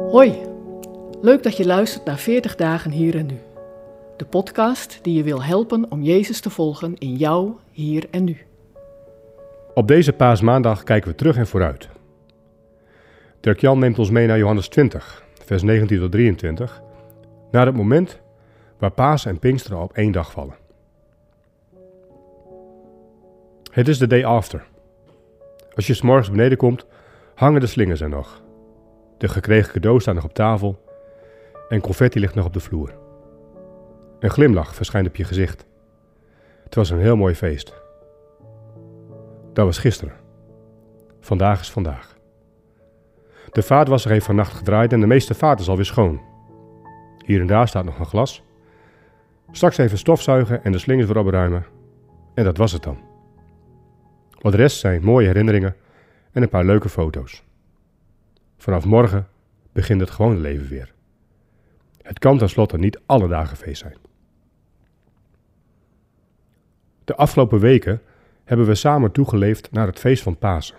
Hoi, leuk dat je luistert naar 40 dagen hier en nu. De podcast die je wil helpen om Jezus te volgen in jou, hier en nu. Op deze paasmaandag kijken we terug en vooruit. Dirk-Jan neemt ons mee naar Johannes 20, vers 19 tot 23, naar het moment waar Pasen en Pinksteren op één dag vallen. Het is de day after. Als je 's morgens beneden komt, hangen de slingers er nog. De gekregen cadeaus staan nog op tafel en confetti ligt nog op de vloer. Een glimlach verschijnt op je gezicht. Het was een heel mooi feest. Dat was gisteren. Vandaag is vandaag. De vaatwasser heeft vannacht gedraaid en de meeste vaat is alweer schoon. Hier en daar staat nog een glas. Straks even stofzuigen en de slingers weer opruimen. En dat was het dan. Wat de rest zijn mooie herinneringen en een paar leuke foto's. Vanaf morgen begint het gewone leven weer. Het kan tenslotte niet alle dagen feest zijn. De afgelopen weken hebben we samen toegeleefd naar het feest van Pasen.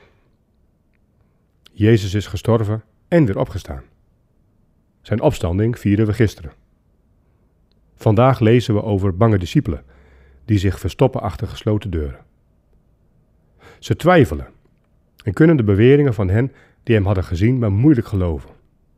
Jezus is gestorven en weer opgestaan. Zijn opstanding vieren we gisteren. Vandaag lezen we over bange discipelen die zich verstoppen achter gesloten deuren. Ze twijfelen en kunnen de beweringen van hen die hem hadden gezien maar moeilijk geloven.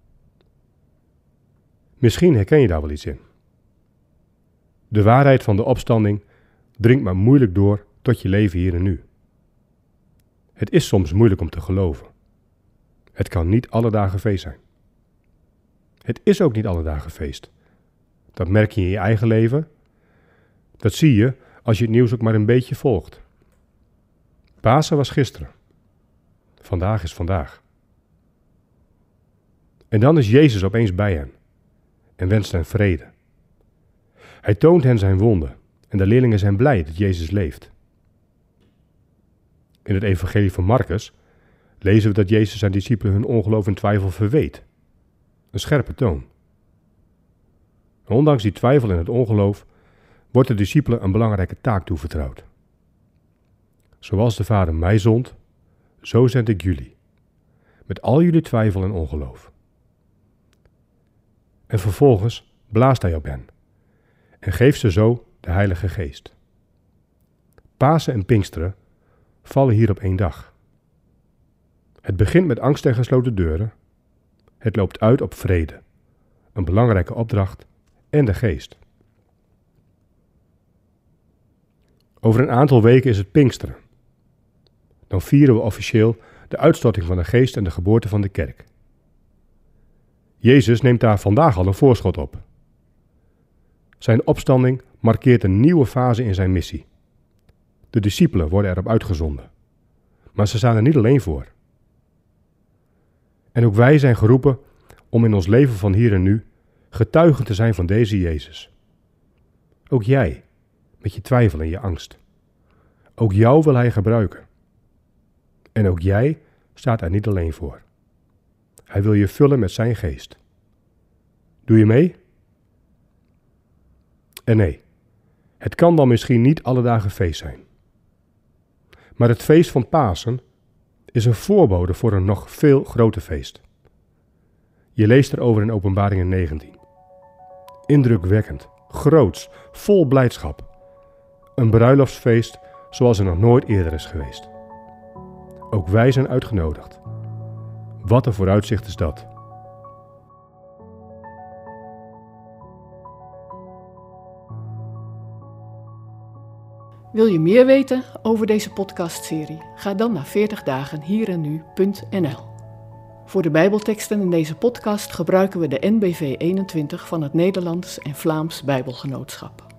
Misschien herken je daar wel iets in. De waarheid van de opstanding dringt maar moeilijk door tot je leven hier en nu. Het is soms moeilijk om te geloven. Het kan niet alle dagen feest zijn. Het is ook niet alle dagen feest. Dat merk je in je eigen leven. Dat zie je als je het nieuws ook maar een beetje volgt. Pasen was gisteren. Vandaag is vandaag. En dan is Jezus opeens bij hen en wenst hen vrede. Hij toont hen zijn wonden en de leerlingen zijn blij dat Jezus leeft. In het evangelie van Marcus lezen we dat Jezus zijn discipelen hun ongeloof en twijfel verweet. Een scherpe toon. Ondanks die twijfel en het ongeloof wordt de discipelen een belangrijke taak toevertrouwd. Zoals de Vader mij zond, zo zend ik jullie. Met al jullie twijfel en ongeloof. En vervolgens blaast hij op hen en geeft ze zo de Heilige Geest. Pasen en Pinksteren vallen hier op één dag. Het begint met angst en gesloten deuren. Het loopt uit op vrede, een belangrijke opdracht en de Geest. Over een aantal weken is het Pinksteren. Dan vieren we officieel de uitstorting van de Geest en de geboorte van de kerk. Jezus neemt daar vandaag al een voorschot op. Zijn opstanding markeert een nieuwe fase in zijn missie. De discipelen worden erop uitgezonden. Maar ze staan er niet alleen voor. En ook wij zijn geroepen om in ons leven van hier en nu getuigen te zijn van deze Jezus. Ook jij, met je twijfel en je angst. Ook jou wil hij gebruiken. En ook jij staat er niet alleen voor. Hij wil je vullen met zijn geest. Doe je mee? En nee, het kan dan misschien niet alle dagen feest zijn. Maar het feest van Pasen is een voorbode voor een nog veel groter feest. Je leest erover in Openbaringen 19. Indrukwekkend, groots, vol blijdschap. Een bruiloftsfeest zoals er nog nooit eerder is geweest. Ook wij zijn uitgenodigd. Wat een vooruitzicht is dat. Wil je meer weten over deze podcastserie? Ga dan naar 40dagenhierennu.nl. Voor de Bijbelteksten in deze podcast gebruiken we de NBV 21 van het Nederlands en Vlaams Bijbelgenootschap.